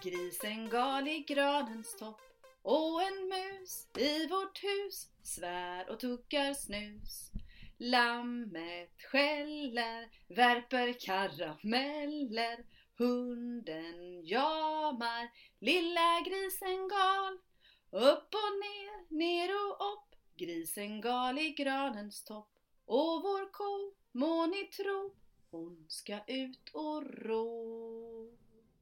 Grisen gal i granens topp och en mus i vårt hus svär och tuggar snus. Lammet skäller, värper karameller, hunden jamar, lilla grisen gal. Upp och ner, ner och upp, grisen gal i granens topp. Och vår ko, må ni tro, hon ska ut och ro.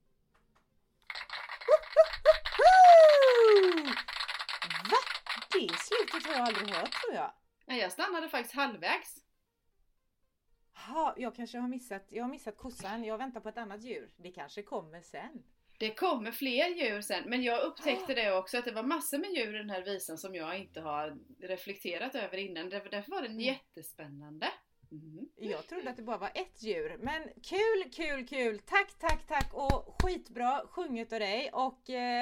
Va? Det slutet har jag aldrig hört, tror jag. Nej, jag stannade faktiskt halvvägs. Ha, jag har missat kossan. Jag väntar på ett annat djur. Det kanske kommer sen. Det kommer fler djur sen, men jag upptäckte det också att det var massor med djur i den här visan som jag inte har reflekterat över innan. Därför var den jättespännande. Mm. Jag trodde att det bara var ett djur. Men kul. Tack. Och skitbra sjunget av dig. Och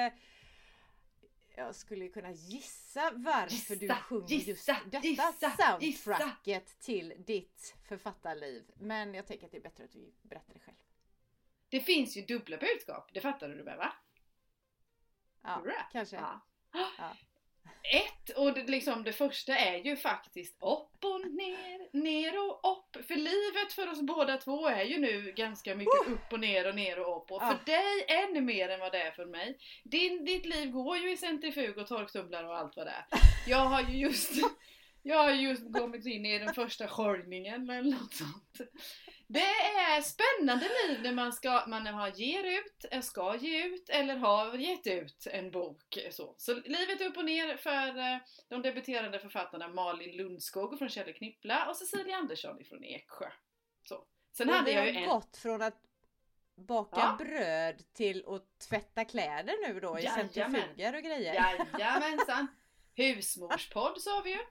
jag skulle kunna gissa varför du sjunger just detta soundtracket till ditt författarliv. Men jag tänker att det är bättre att du berättar det själv. Det finns ju dubbla budskap, det fattar du med, va? Ja, kanske. Ja. Ja. Och det första är ju faktiskt upp och ner, ner och upp. För livet för oss båda två är ju nu ganska mycket upp och ner och upp. Och för dig ännu mer än vad det är för mig. Ditt liv går ju i centrifug och torktumlare och allt vad det är. Jag har ju just kommit in i den första sköljningen eller något sånt. Det är spännande liv när man ska ge ut eller har gett ut en bok. Så livet är upp och ner för de debuterande författarna Malin Lundskog från Kjell Knippla och Cecilia Andersson från Eksjö. Så. Sen och hade jag ju gått från att baka bröd till att tvätta kläder nu då i centrifuger och grejer. Jajamensan. Husmorspodd sa vi ju.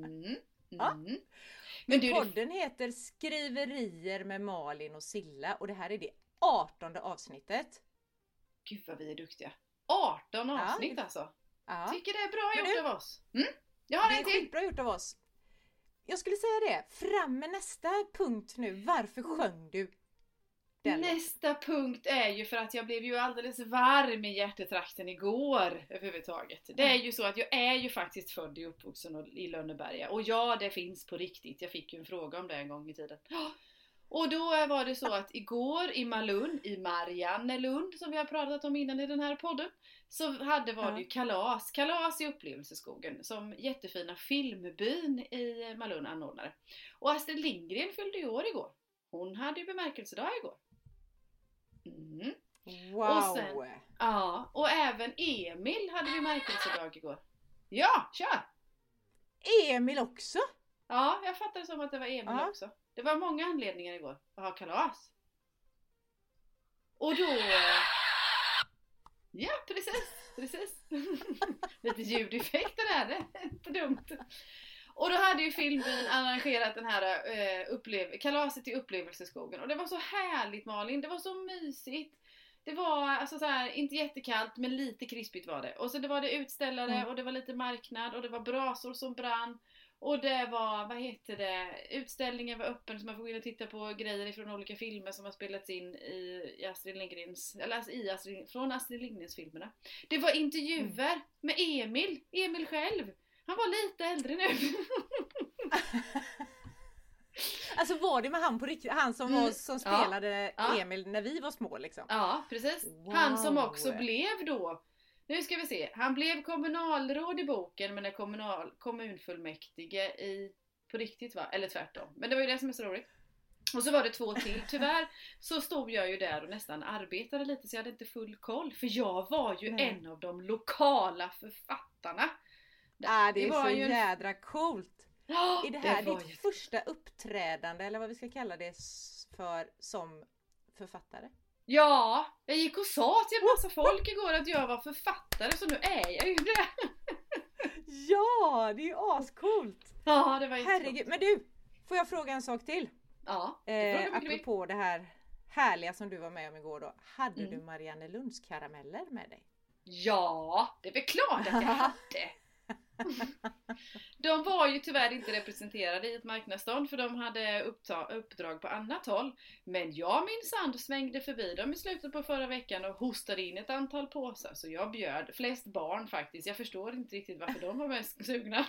Men podden heter Skriverier med Malin och Silla och det här är det 18:e avsnittet. Gud vad vi är duktiga. 18 avsnitt alltså. Ja. Tycker det är bra gjort av oss. Jag har det är skitbra gjort av oss. Jag skulle säga det. Fram med nästa punkt nu. Varför sjöng du den? Nästa punkt är ju för att jag blev ju alldeles varm i hjärtetrakten igår överhuvudtaget. Det är ju så att jag är ju faktiskt född och uppvuxen i Lönneberga. Och ja, det finns på riktigt. Jag fick ju en fråga om det en gång i tiden. Och då var det så att igår i Mariannelund som vi har pratat om innan i den här podden, så var det ju kalas i Upplevelseskogen som jättefina filmbyn i Malund anordnade. Och Astrid Lindgren fyllde ju år igår. Hon hade ju bemärkelsedag igår. Wow! Och även Emil hade bemärkelsedag igår. Ja, kör! Emil också? Ja, jag fattar det som att det var Emil också. Det var många anledningar igår att ha kalas. Och då... Ja, precis. Lite ljudeffekter där, det är inte dumt. Och då hade ju filmbyn arrangerat den här kalaset i Upplevelseskogen. Och det var så härligt, Malin. Det var så mysigt. Det var alltså så här, inte jättekallt men lite krispigt var det. Och så det var det utställare och det var lite marknad och det var brasor som brann. Och det var, utställningen var öppen så man får gå in och titta på grejer från olika filmer som har spelats in i Astrid Lindgrens, från Astrid Lindgrens filmerna. Det var intervjuer med Emil själv. Han var lite äldre nu. Alltså var det med han på riktigt, han som spelade Emil när vi var små liksom? Ja, precis. Wow. Han som också blev då, nu ska vi se, han blev kommunalråd i boken men är kommunfullmäktige på riktigt, va? Eller tvärtom. Men det var ju det som är så roligt. Och så var det 2 till. Tyvärr så stod jag ju där och nästan arbetade lite så jag hade inte full koll. För jag var ju en av de lokala författarna. Det är så jädra coolt. Är det här ditt första uppträdande eller vad vi ska kalla det för som författare? Ja, jag gick och sa till en massa folk igår att jag var författare så nu är jag ju det. Ja, det är ju ascoolt. Ja, det var jättecoolt. Herregud, men du, får jag fråga en sak till? Ja. Apropå det här härliga som du var med om igår då. Hade du Mariannelunds karameller med dig? Ja, det är väl klart att jag hade. De var ju tyvärr inte representerade i ett marknadsstånd för de hade uppdrag på annat håll. Men jag minsann svängde förbi dem i slutet på förra veckan och hostade in ett antal påsar. Så jag bjöd flest barn faktiskt. Jag förstår inte riktigt varför de var mest sugna.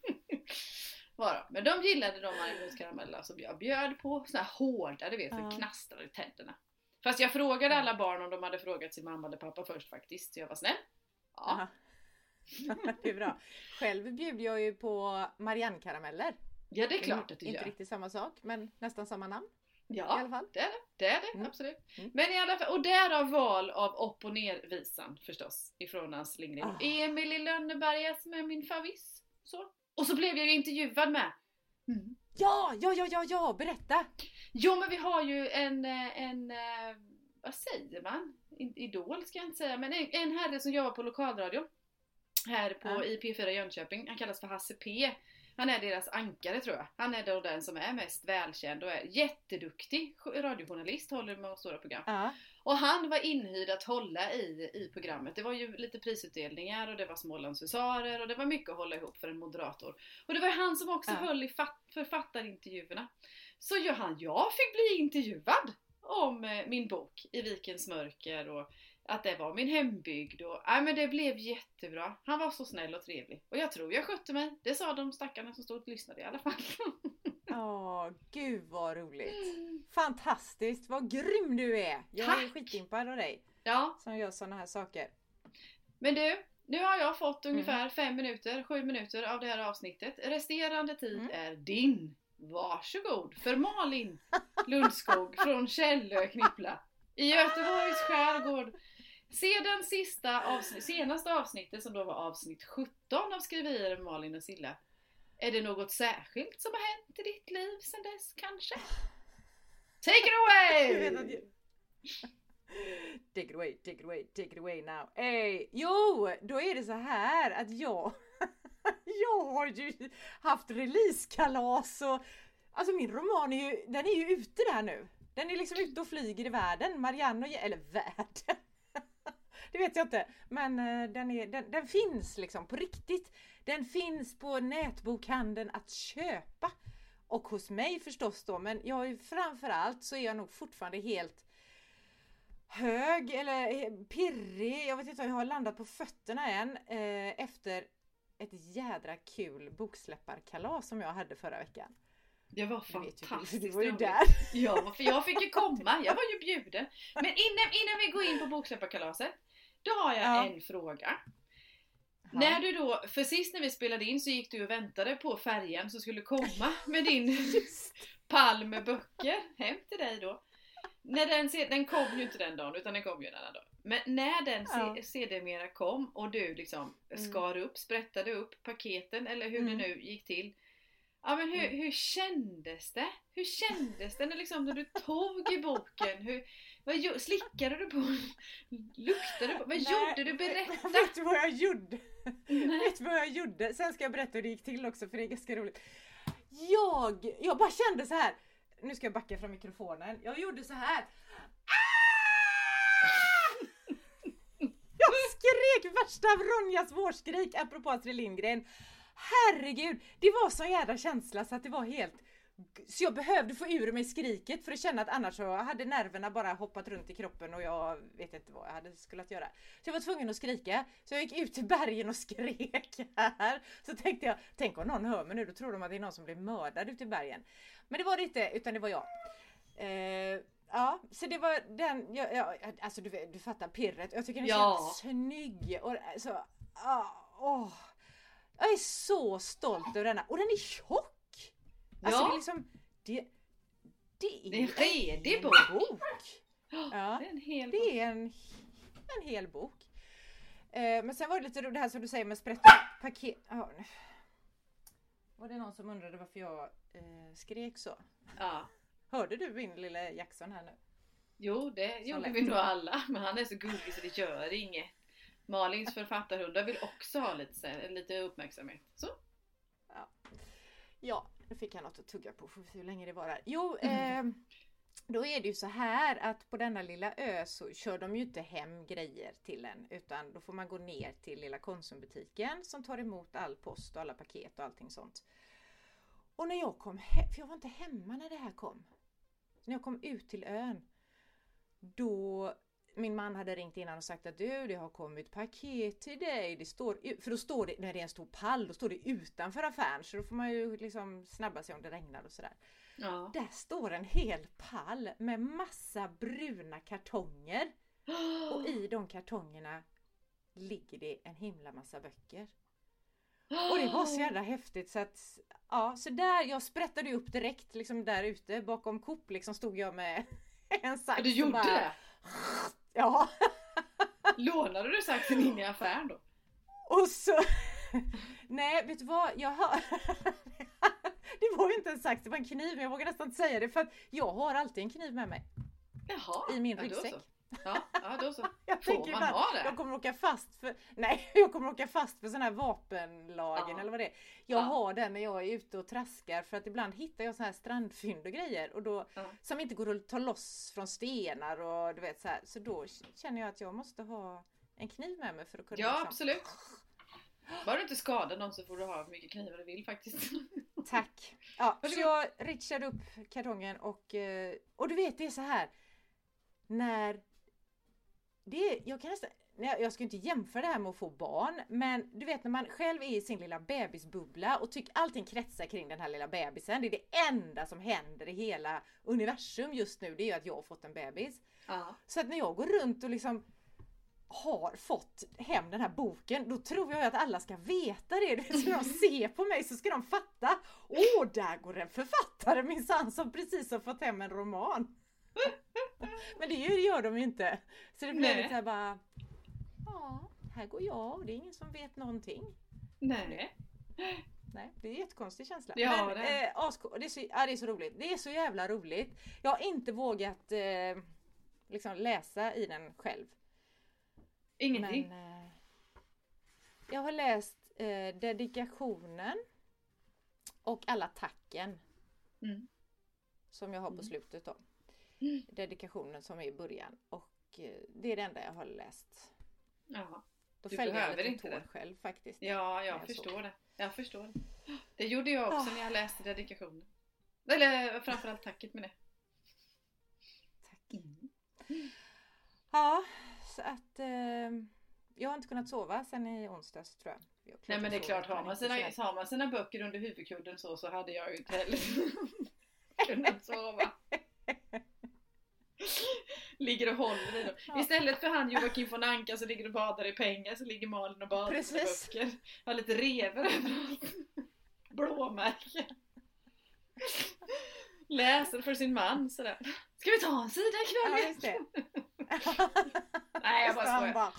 Men de gillade de marmorskarameller som jag bjöd på. Såna här hårda, du vet, för knastrar i tänderna. Fast jag frågade alla barn om de hade frågat sin mamma eller pappa först faktiskt. Så jag var snäll. Ja. Det är bra. Själv bjuder jag ju på Marianne-karameller. Ja, det är klart att du gör. Inte riktigt samma sak, men nästan samma namn. Ja, i alla fall. Det är det, absolut. Men i alla fall, och därav val av upp- och ner-visan förstås, ifrån Astrid Lindgren. Emil i Lönneberga som är min favvis. Så. Och så blev jag ju intervjuad med. Ja, berätta! Jo, men vi har ju en vad säger man? Idol ska jag inte säga, men en herre som jobbar på lokalradio här på i P4 Jönköping. Han kallas för Hasse P. Han är deras ankare tror jag. Han är då den som är mest välkänd och är jätteduktig radiojournalist, håller med stora program. Och han var inhyrd att hålla i programmet. Det var ju lite prisutdelningar och det var Smålandshusarer och det var mycket att hålla ihop för en moderator. Och det var han som också höll i författarintervjuerna. Så jag fick bli intervjuad om min bok I Vikens mörker och att det var min hembygd och men det blev jättebra. Han var så snäll och trevlig. Och jag tror jag skötte mig. Det sa de stackarna som stod och lyssnade i alla fall. Gud vad roligt. Fantastiskt, vad grym du är. Jag är skitimpad av dig. Ja. Som gör sådana här saker. Men du, nu har jag fått ungefär 7 minuter av det här avsnittet. Resterande tid är din. Varsågod för Malin Lundskog från Källö Knippla i Göteborgs skärgård. Se den senaste avsnittet som då var avsnitt 17 av Skriverier med Malin och Silla. Är det något särskilt som har hänt i ditt liv sedan dess kanske? Take it away! Take it away now. Jo, då är det så här att jag har ju haft releasekalas och alltså min roman den är ju ute där nu. Den är liksom ute och flyger i världen. Eller världen. Det vet jag inte. Men den finns liksom på riktigt. Den finns på nätbokhandeln att köpa. Och hos mig förstås då. Men framförallt så är jag nog fortfarande helt hög eller pirrig. Jag vet inte om jag har landat på fötterna än. Efter ett jädra kul boksläpparkalas som jag hade förra veckan. Det var fantastiskt. Du var ju där. Ja, för jag fick ju komma. Jag var ju bjuden. Men innan vi går in på boksläpparkalaset, då har jag en fråga. När du då, för sist när vi spelade in så gick du och väntade på färjan som skulle komma med din pall med böcker hem till dig då. När den kom ju inte den dagen utan den kom ju en annan dag. Men när den sedermera kom och du liksom sprättade upp paketen eller hur det nu gick till. Ja men hur kändes det? Hur kändes det när du tog i boken? Slickade du på? Luktade du på? Vad gjorde du? Berätta! Vet du vad jag gjorde? Vet du vad jag gjorde? Sen ska jag berätta hur det gick till också för det är ganska roligt. Jag bara kände så här. Nu ska jag backa från mikrofonen. Jag gjorde så här. Jag skrek värsta Ronjas vårskrik apropå Astrid Lindgren. Herregud, det var så jävla känsla så att det var helt... Så jag behövde få ur mig skriket för att känna att annars så hade nerverna bara hoppat runt i kroppen och jag vet inte vad jag hade skulle att göra. Så jag var tvungen att skrika. Så jag gick ut till bergen och skrek här. Så tänkte jag, tänk om någon hör mig nu, då tror de att det är någon som blir mördad ute i bergen. Men det var det inte, utan det var jag. Ja, så det var den, alltså du fattar pirret. Jag tycker den känns snygg. Och så, jag är så stolt över denna. Och den är tjock. Alltså det är liksom, det är en redig bok. Ja, det är en hel bok. Det är en hel bok. Men sen var det lite det här som du säger med sprätt paket. Var det någon som undrade varför jag skrek så? Ja. Hörde du min lilla Jackson här nu? Jo, det gjorde vi nog alla. Men han är så gullig så det gör inget. Malins författarhundar vill också ha lite uppmärksamhet. Så? Ja, nu fick jag något att tugga på. Får vi se hur länge det var där. Jo, då är det ju så här att på denna lilla ö så kör de ju inte hem grejer till en, utan då får man gå ner till lilla Konsumbutiken som tar emot all post och alla paket och allting sånt. Och när jag kom hem, för jag var inte hemma när det här kom. När jag kom ut till ön, då min man hade ringt innan och sagt att det har kommit paket till dig. Det står, för då står det, när det är en stor pall, då står det utanför affären, så då får man ju liksom snabba sig om det regnar och sådär. Ja. Där står en hel pall med massa bruna kartonger. Och i de kartongerna ligger det en himla massa böcker. Och det var så jävla häftigt så att, ja, så där, jag sprättade upp direkt liksom där ute bakom Coop liksom stod jag med en sax. Du gjorde det? Ja. Lånade du saxen in i affären då? Och så, nej vet du vad, det var ju inte en sax, det var en kniv, men jag vågar nästan inte säga det för att jag har alltid en kniv med mig. Jaha, i min ryggsäck. Ja, då så. Jag Får tänker man ibland, ha det? jag kommer åka fast för sån här vapenlagen Ja. eller vad det är. Jag Ja. har den när jag är ute och traskar för att ibland hittar jag så här strandfynd och grejer och då, Ja. som inte går att ta loss från stenar och du vet så här. Så då känner jag att jag måste ha en kniv med mig för att kunna Ja, absolut. Bara du inte skadar någon så får du ha hur mycket knivar du vill faktiskt. Tack. Ja, så Varsågod. jag richade upp kartongen och du vet det är så här när jag kan nästan, jag ska inte jämföra det här med att få barn, men du vet när man själv är i sin lilla bebisbubbla och tycker allting kretsar kring den här lilla bebisen, det är det enda som händer i hela universum just nu, det är ju att jag har fått en bebis. Ja. Så att när jag går runt och liksom har fått hem den här boken, då tror jag att alla ska veta det. Du vet, när de ser på mig så ska de fatta, där går en författare minsann som precis har fått hem en roman. Men det gör de ju inte. Så det blir Nej. lite så här bara, ja, här går jag och det är ingen som vet någonting. Nej. Nej, det är en jättekonstig känsla. Ja, Men det det är så roligt. Det är så jävla roligt. Jag har inte vågat liksom läsa i den själv. Ingenting. Men jag har läst dedikationen och alla tacken som jag har på slutet då. Dedikationen som är i början och det är det enda jag har läst. Ja. Då Du fällde jag behöver lite inte tår det. själv faktiskt. Ja, jag Jag förstår det. Jag förstår det. Det gjorde jag också när jag läste dedikationen. Eller framförallt tacket med det. Tack. Ja, så att jag har inte kunnat sova sen i onsdags tror jag. Nej men det är klart, har man man sina böcker under huvudkudden så hade jag ju inte heller kunnat sova. Ligger och håller i dem. Ja. Istället för han Joakim von Anka så ligger och badar i pengar, så ligger Malin och badar i sina Precis. böcker. Har lite rever överallt. Blåmärken. Läser för sin man sådär. Ska vi ta en sida ikväll? Ja, just det. Nej, jag bara Han skojar.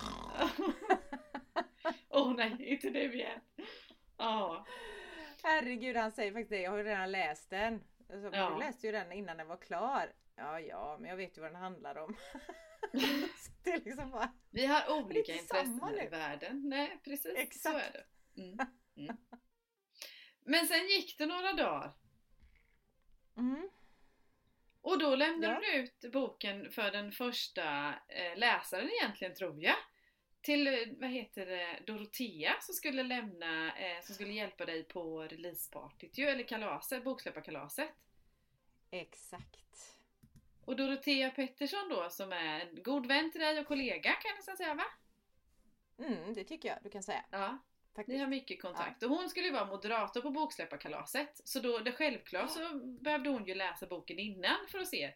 Åh nej, inte det igen. Ja. Herregud, han säger faktiskt det. Jag har ju redan läst den. Alltså, Ja. Du läste ju den innan den var klar. Ja, men jag vet ju vad den handlar om. Så det är liksom bara... Vi har olika Det är inte samma intressen här i nu. världen. Nej, precis. Exakt. Så är det. Mm. Men sen gick det några dagar. Mm. Och då lämnade Ja. du ut boken för den första läsaren egentligen, tror jag. Till, Dorotea som skulle som skulle hjälpa dig på releasepartyt ju, eller kalaset, boksläpparkalaset. Exakt. Och Dorotea Pettersson då, som är en god vän till dig och kollega, kan jag nästan säga, va? Det tycker jag du kan säga. Ja, ni Faktiskt. har mycket kontakt. Och hon skulle ju vara moderator på boksläpparkalaset. Så då, det självklart så behövde hon ju läsa boken innan för att se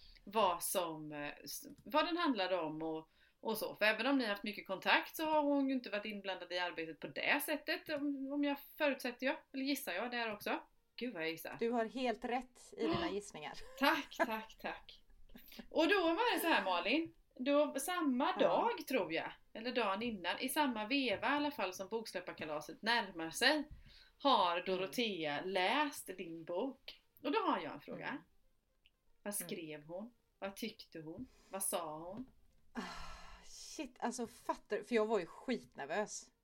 vad den handlade om och så. För även om ni har haft mycket kontakt så har hon ju inte varit inblandad i arbetet på det sättet. Om jag förutsätter jag, eller gissar jag där också. Gud vad jag gissar. Du har helt rätt i dina gissningar. Tack. Och då var det så här, Malin. Då, samma dag tror jag, eller dagen innan, i samma veva i alla fall som boksläpparkalaset närmar sig, har Dorotea läst din bok. Och då har jag en fråga. Vad skrev hon? Vad tyckte hon? Vad sa hon? Shit, alltså fattar du? För jag var ju skitnervös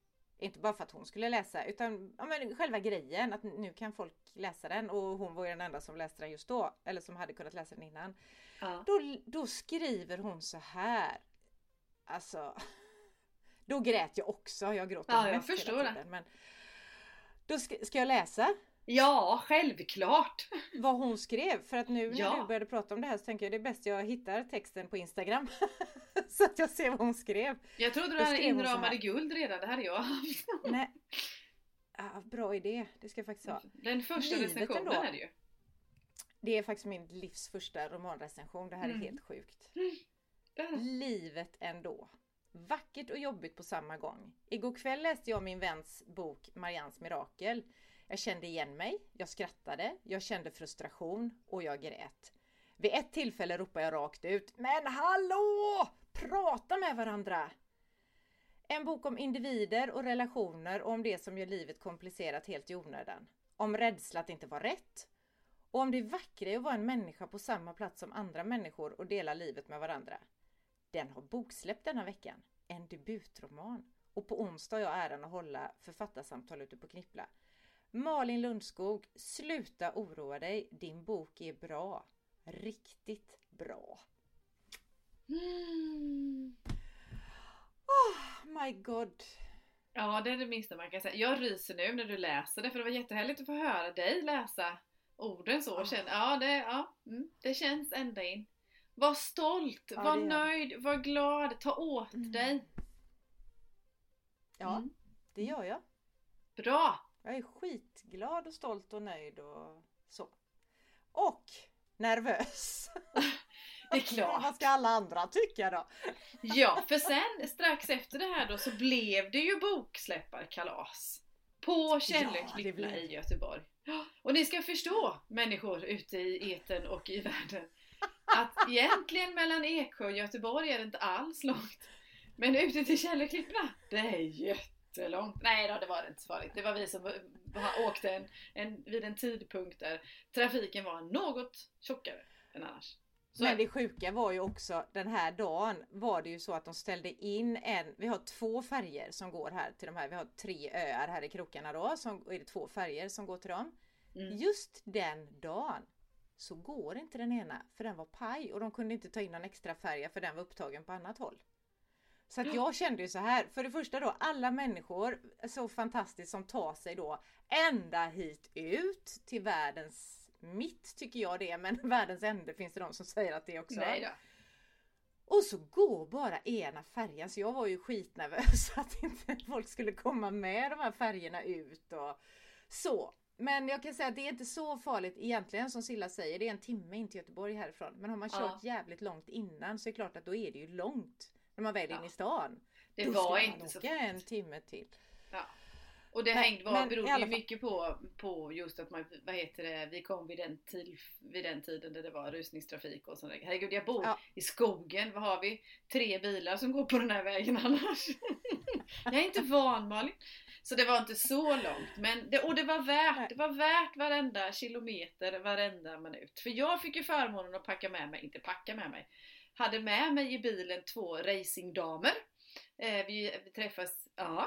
Inte bara för att hon skulle läsa, utan men själva grejen att nu kan folk läsa den, och hon var ju den enda som läste den just då, eller som hade kunnat läsa den innan. Ja. Då skriver hon så här. Alltså, då grät jag också. Jag gråter Ja, jag mest förstår hela det. tiden, men då ska jag läsa Ja, självklart. vad hon skrev. För att nu när Ja. du började prata om det här så tänker jag det är bäst jag hittar texten på Instagram. Så att jag ser vad hon skrev. Jag trodde du Då hade skrev hon så här. inramade guld redan, det hade jag haft. Nej. Bra idé, det ska jag faktiskt ha. Den första Livet recensionen ändå. är det ju. Det är faktiskt min livs första romanrecension. Det här är helt sjukt. Livet ändå. Vackert och jobbigt på samma gång. Igår kväll läste jag min väns bok Marians mirakel. Jag kände igen mig, jag skrattade, jag kände frustration och jag grät. Vid ett tillfälle ropade jag rakt ut: men hallå! Prata med varandra! En bok om individer och relationer och om det som gör livet komplicerat helt i onödan. Om rädsla att inte vara rätt. Och om det vackra är att vara en människa på samma plats som andra människor och dela livet med varandra. Den har boksläppt denna veckan. En debutroman. Och på onsdag har jag äran att hålla författarsamtal ute på Knippla. Malin Lundskog, sluta oroa dig. Din bok är bra. Riktigt bra. Oh my god. Ja, det är det minsta man kan säga. Jag ryser nu när du läser det, för det var jättehärligt att få höra dig läsa orden så. Det känns ända in. Var stolt, var nöjd, var glad, ta åt dig. Ja, det gör jag. Bra! Jag är skitglad och stolt och nöjd och så. Och nervös. Det är klart. Vad ska alla andra tycka då? Ja, för sen strax efter det här då så blev det ju boksläpparkalas på Källeklipporna i Göteborg. Och ni ska förstå, människor ute i etern och i världen, att egentligen mellan Eksjö och Göteborg är det inte alls långt. Men ute till Källeklipporna, det är jättelångt. Nej då, det var inte så farligt. Det var vi som åkte vid en tidpunkt där trafiken var något tjockare än annars. Men det sjuka var ju också, den här dagen var det ju så att de ställde in vi har 2 färger som går här till de här, vi har 3 öar här i krokarna då, som är det 2 färger som går till dem. Just den dagen så går inte den ena, för den var paj och de kunde inte ta in någon extra färja för den var upptagen på annat håll. Så att jag kände ju så här, för det första då, alla människor så fantastiskt som tar sig då ända hit ut till världens mitt tycker jag det, men världens ände finns det de som säger att det också. Nej då. Och så går bara ena färjan, så jag var ju skitnervös att inte folk skulle komma med de här färgerna ut och så. Men jag kan säga att det är inte så farligt egentligen som Silla säger, det är 1 timme in till Göteborg härifrån. Men har man kört jävligt långt innan så är det klart att då är det ju långt när man väl är inne i stan. Det då var ska inte man så åka 1 timme till. Ja. Och det berodde ju mycket på just att man, vi kom vid den tiden där det var rusningstrafik och sådär. Herregud, jag bor i skogen, vad har vi? 3 bilar som går på den här vägen annars. Jag är inte van, Malin. Så det var inte så långt, men det var värt varenda kilometer, varenda minut. För jag fick ju förmånen att hade med mig i bilen 2 racingdamer. Vi träffas,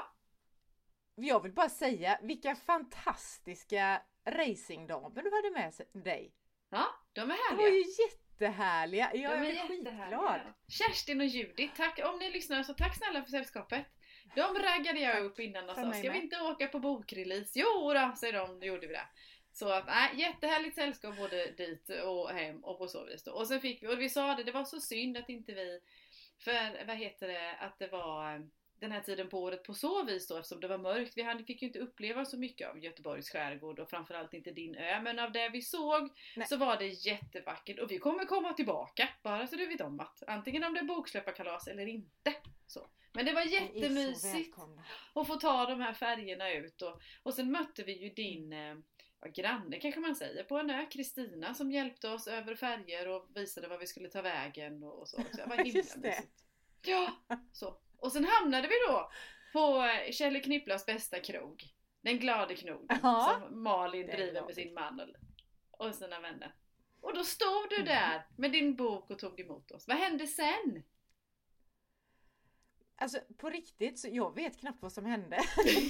Jag vill bara säga, vilka fantastiska racingdamer du hade med dig. Ja, de är härliga. De var ju jättehärliga. Jag är skitglad. Kerstin och Judith, tack om ni lyssnar, så tack snälla för sällskapet. De raggade jag upp innan och sa, ska vi inte åka på bokrelease? Jo då, säger de, då gjorde vi det. Så att, jättehärligt sällskap både dit och hem och på så vis då. Och sen vi sa det var så synd att inte vi, för att det var den här tiden på året på så vis då, eftersom det var mörkt. Vi fick ju inte uppleva så mycket av Göteborgs skärgård och framförallt inte din ö, men av det vi såg så var det jättevackert och vi kommer komma tillbaka, bara så du vet om att antingen om det är boksläpparkalas eller inte. Så. Men det var jättemysigt att få ta de här färgerna ut och sen mötte vi ju din granne kanske man säger på en ö, Kristina, som hjälpte oss över färger och visade vad vi skulle ta vägen och så. Så det var himla mysigt. Ja, så. Och sen hamnade vi då på Kjelle Knipplas bästa krog. Den glade knogen som Malin driver med sin man och sina vänner. Och då stod du där med din bok och tog emot oss. Vad hände sen? Alltså på riktigt, så jag vet knappt vad som hände.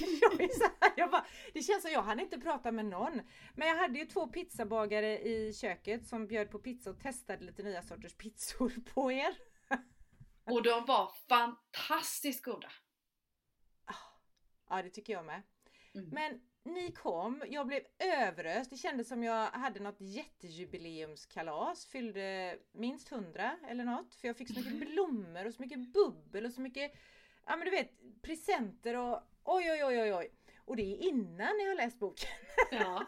Det känns som jag hann inte prata med någon. Men jag hade ju 2 pizzabagare i köket som bjöd på pizza och testade lite nya sorters pizzor på er. Och de var fantastiskt goda. Ja, det tycker jag med. Mm. Men ni kom, jag blev överöst. Det kändes som jag hade något jättejubileumskalas. Fyllde minst 100 eller något. För jag fick så mycket blommor och så mycket bubbel och så mycket, ja men du vet, presenter och oj. Och det är innan jag har läst boken. Ja.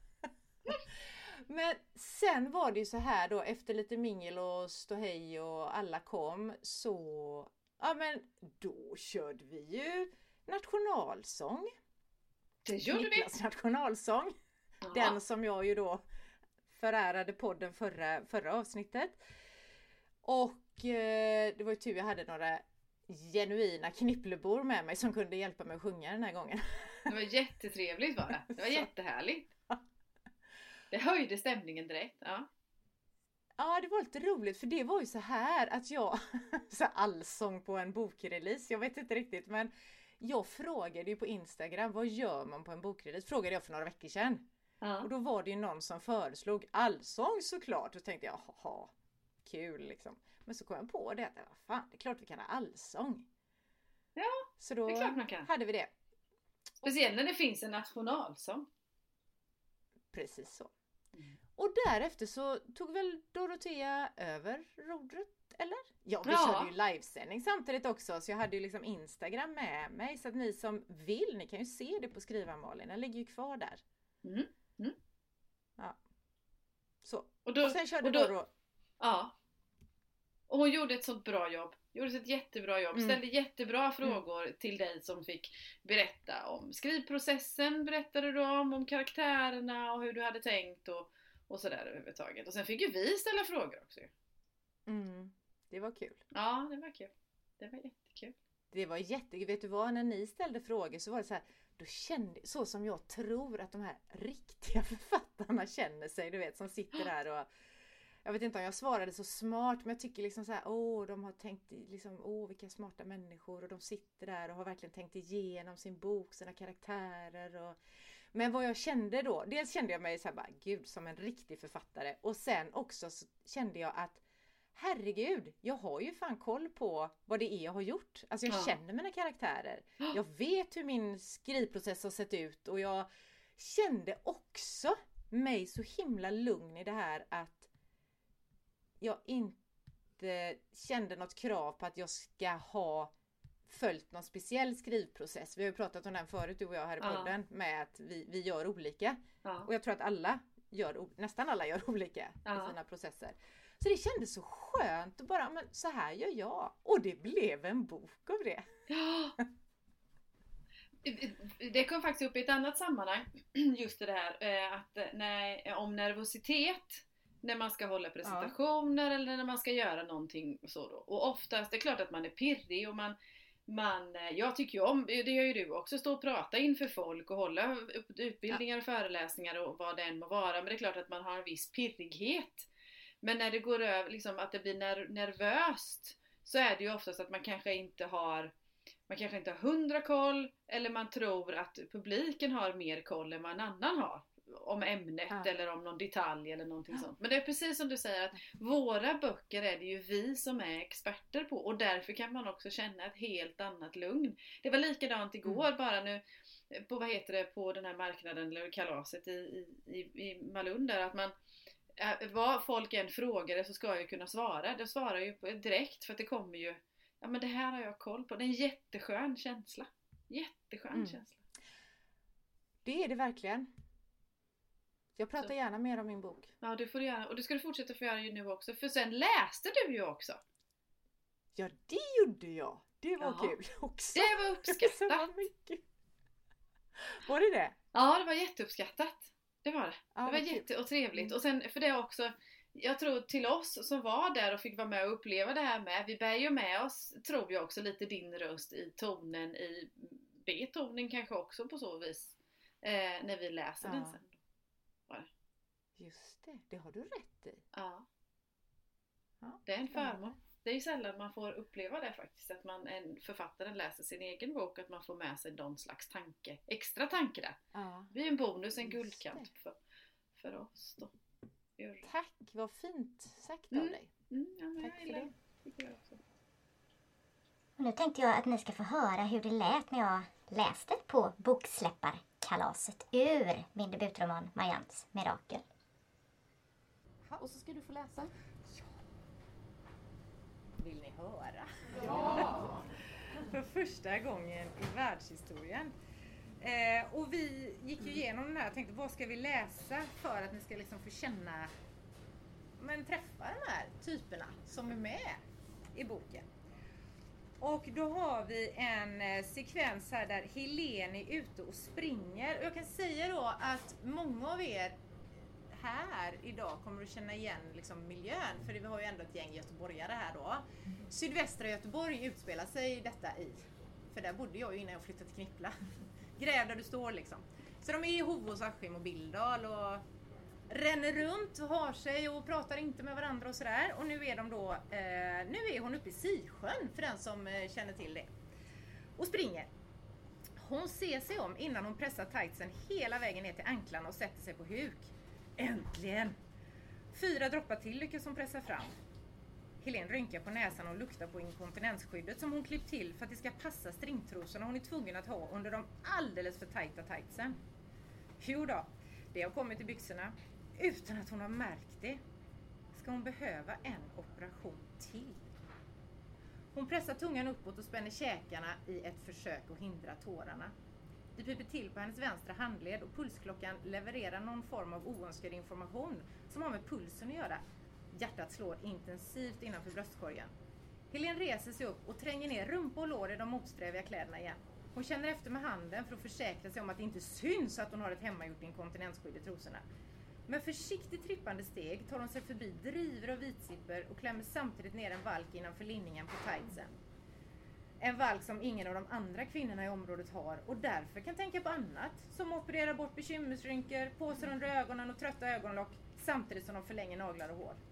Men sen var det ju så här då, efter lite mingel och ståhej och alla kom, så ja men då körde vi ju nationalsång. Det gjorde Niklas nationalsång. Ja. Den som jag ju då förärade podden förra avsnittet. Och det var ju tur jag hade några genuina knipplebor med mig som kunde hjälpa mig att sjunga den här gången. Det var jättetrevligt var det. Det var jättehärligt. Det höjde stämningen direkt. Ja. Ja, det var lite roligt för det var ju så här att jag så allsång på en bokrelease. Jag vet inte riktigt, men jag frågade ju på Instagram, vad gör man på en bokrelease? Frågade jag för några veckor sedan. Ja. Och då var det ju någon som föreslog allsång såklart. Och tänkte jag, haha, kul liksom. Men så kom jag på det att, vad fan, det är klart vi kan ha allsång. Ja, så då det är klart man kan. hade vi det. Speciellt när det finns en nationalsång. Precis så. Mm. Och därefter så tog väl Dorotea över rodret, eller? Ja, vi Ja. körde ju livesändning samtidigt också. Så jag hade ju liksom Instagram med mig. Så att ni som vill, ni kan ju se det på Skriva-Malin. Den ligger ju kvar där. Mm. Mm. Ja. Så. Och Och sen körde då. Ja. Och hon gjorde ett sånt bra jobb. Gjorde ett jättebra jobb. Ställde jättebra frågor till dig som fick berätta om skrivprocessen. Berättade du om karaktärerna och hur du hade tänkt och sådär överhuvudtaget. Och sen fick ju vi ställa frågor också. Det var kul. Ja, det var kul. Det var jättekul. Det var jättekul. Vet du vad? När ni ställde frågor så var det så här. Då kände så som jag tror att de här riktiga författarna känner sig. Du vet, som sitter där och jag vet inte om jag svarade så smart, men jag tycker liksom så här, de har tänkt liksom, vilka smarta människor och de sitter där och har verkligen tänkt igenom sin bok, sina karaktärer men vad jag kände då, dels kände jag mig så här bara, gud, som en riktig författare, och sen också så kände jag att herregud, jag har ju fan koll på vad det är jag har gjort. Alltså jag känner mina karaktärer. Jag vet hur min skrivprocess har sett ut, och jag kände också mig så himla lugn i det här att jag inte kände något krav på att jag ska ha följt någon speciell skrivprocess. Vi har ju pratat om den förut, du och jag här i podden, med att vi gör olika. Ja. Och jag tror att nästan alla gör olika i sina processer. Så det kändes så skönt att bara, men så här gör jag. Och det blev en bok av det. Ja. Det kom faktiskt upp i ett annat sammanhang, just det här om nervositet när man ska hålla presentationer eller när man ska göra någonting så då. Och oftast, det är klart att man är pirrig och jag tycker ju om, det gör ju du också, stå och prata inför folk och hålla utbildningar och föreläsningar och vad det än må vara, men det är klart att man har en viss pirrighet. Men när det går över, liksom att det blir nervöst, så är det ju oftast att man kanske inte har 100 koll, eller man tror att publiken har mer koll än vad en annan har om ämnet eller om någon detalj eller någonting sånt. Men det är precis som du säger, att våra böcker är det ju vi som är experter på, och därför kan man också känna ett helt annat lugn. Det var likadant igår, bara nu på på den här marknaden eller kalaset i Malund där, att man vad folk än frågar så ska jag ju kunna svara. Det svarar ju direkt, för att det kommer ju, ja men det här har jag koll på. Det är en jätteskön känsla. Jätteskön känsla. Det är det verkligen. Jag pratar gärna mer om min bok. Ja, du får gärna, och det ska du fortsätta få göra ju nu också. För sen läste du ju också. Ja, det gjorde jag. Det var kul också. Det var uppskattat. Var det? Ja, det var jätteuppskattat. Det var det. Ja, det var trevligt. Och sen för det också, jag tror till oss som var där och fick vara med och uppleva det här med, vi bär ju med oss, tror jag också, lite din röst i tonen, i betoning kanske också på så vis, när vi läser den sen. Just det, det har du rätt i. Ja. Det är en förmån. Det är ju sällan man får uppleva det faktiskt, att författaren läser sin egen bok, att man får med sig någon slags extra tanke där. Ja. Det är en bonus, en guldkant för oss då. Tack, vad fint sagt av dig. Ja, Tack för det. Och nu tänkte jag att ni ska få höra hur det lät när jag läste på boksläpparkalaset ur min debutroman Mariannes mirakel. Och så ska du få läsa. Vill ni höra? Ja! För första gången i världshistorien. Och vi gick ju igenom den här och tänkte, vad ska vi läsa för att ni ska liksom få känna, men träffa de här typerna som är med i boken. Och då har vi en sekvens här där Helene är ute och springer. Och jag kan säga då att många av er här idag kommer att känna igen liksom miljön, för vi har ju ändå ett gäng göteborgare här då. Sydvästra Göteborg utspelar sig detta i, för där bodde jag ju innan jag flyttade till Knippla. Gräv där du står liksom. Så de är i Hovås, Askim och Billdal och ränner runt och har sig och pratar inte med varandra och sådär. Och nu är de då, nu är hon uppe i Sisjön för den som känner till det. Och springer. Hon ser sig om innan hon pressar tightsen hela vägen ner till anklarna och sätter sig på huk. Äntligen! 4 droppar till lyckas hon pressa fram. Helene rynkar på näsan och luktar på inkontinensskyddet som hon klippt till för att det ska passa stringtrosorna hon är tvungen att ha under de alldeles för tajta tightsen. Jo då, det har kommit i byxorna utan att hon har märkt det. Ska hon behöva en operation till? Hon pressar tungan uppåt och spänner käkarna i ett försök att hindra tårarna. Det piper till på hennes vänstra handled och pulsklockan levererar någon form av oönskad information som har med pulsen att göra. Hjärtat slår intensivt innanför bröstkorgen. Helene reser sig upp och tränger ner rumpa och lår i de motsträviga kläderna igen. Hon känner efter med handen för att försäkra sig om att det inte syns att hon har ett hemmagjort inkontinensskydd i trosorna. Med försiktigt trippande steg tar hon sig förbi driver och vitsipper och klämmer samtidigt ner en valk innanför linningen på tightsen. En valk som ingen av de andra kvinnorna i området har och därför kan tänka på annat, som operera bort bekymmersrynkor, påsar under ögonen och trötta ögonlock samtidigt som de förlänger naglar och hår.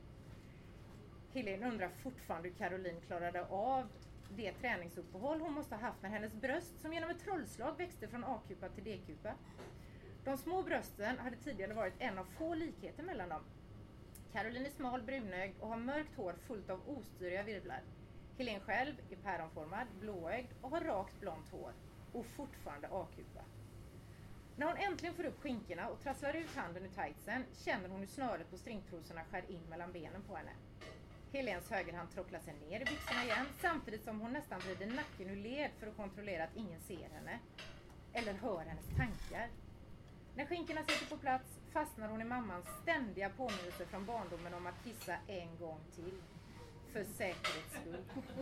Helene undrar fortfarande hur Caroline klarade av det träningsuppehåll hon måste ha haft med hennes bröst som genom ett trollslag växte från A-kupa till D-kupa. De små brösten hade tidigare varit en av få likheter mellan dem. Caroline är smal, brunögd och har mörkt hår fullt av ostyriga virvlar. Helene själv är päronformad, blåögd och har rakt blont hår och fortfarande A-kupa. När hon äntligen får upp skinkorna och trasslar ut handen ur tightsen känner hon hur snöret på stringtrosorna skär in mellan benen på henne. Helens högerhand tråcklar sig ner i byxorna igen samtidigt som hon nästan vrider nacken ur led för att kontrollera att ingen ser henne eller hör hennes tankar. När skinkorna sitter på plats fastnar hon i mammans ständiga påminnelser från barndomen om att kissa en gång till. För säkerhets skull.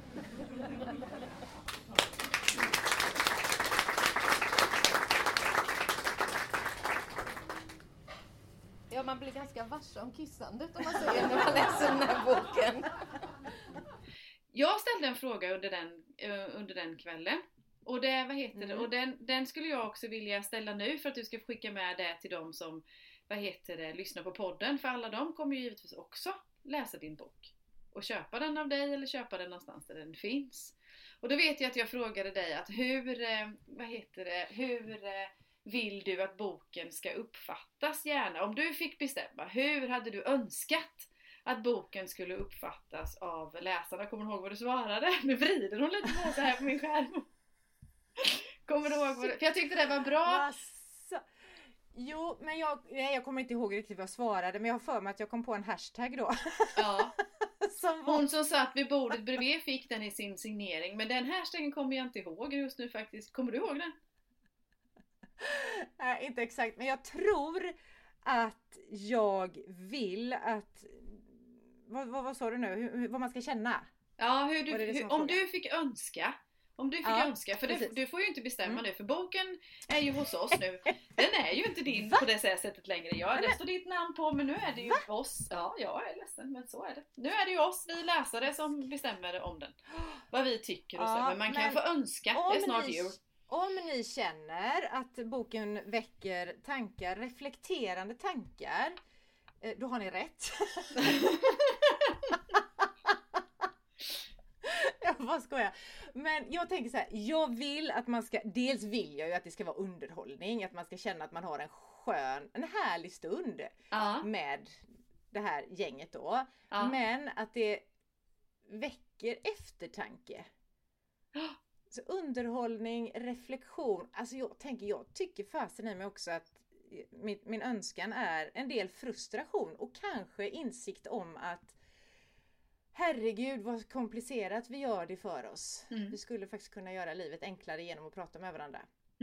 Ja, man blir ganska varse om kissandet om man säger när man läser den här boken. Jag ställde en fråga under den kvällen. Och det, och den skulle jag också vilja ställa nu för att du ska skicka med det till dem som, lyssnar på podden. För alla de kommer ju givetvis också läsa din bok. Och köpa den av dig eller köpa den någonstans där den finns. Och då vet jag att jag frågade dig att hur vill du att boken ska uppfattas gärna? Om du fick bestämma, hur hade du önskat att boken skulle uppfattas av läsarna? Kommer du ihåg vad du svarade? Nu vrider hon lite på så här på min skärm. Kommer du ihåg vad du... För jag tyckte det var bra. Jo, men jag kommer inte ihåg riktigt vad jag svarade, men jag har för mig att jag kom på en hashtag då. Ja. Hon som satt vid bordet bredvid fick den i sin signering, men den hashtaggen kommer jag inte ihåg just nu faktiskt. Kommer du ihåg den? Nej, inte exakt, men jag tror att jag vill att... Vad sa du nu? Vad man ska känna? Ja, om du fick önska. För du får ju inte bestämma nu, för boken är ju hos oss nu. Den är ju inte din på det sättet längre. Det står ditt namn på, men nu är det ju oss. Ja, jag är ledsen, men så är det. Nu är det ju oss, vi läsare, som bestämmer om den. Vad vi tycker och så. Men man kan få önska, det är snart jul. Om ni känner att boken väcker tankar, reflekterande tankar, då har ni rätt. Vad ska jag? Men jag tänker så här, jag vill att man ska, dels vill jag ju att det ska vara underhållning, att man ska känna att man har en härlig stund med det här gänget då. Ja. Men att det väcker eftertanke. Så underhållning, reflektion. Alltså jag tycker fasen i mig också att min önskan är en del frustration och kanske insikt om att herregud vad komplicerat vi gör det för oss. Vi skulle faktiskt kunna göra livet enklare genom att prata med varandra.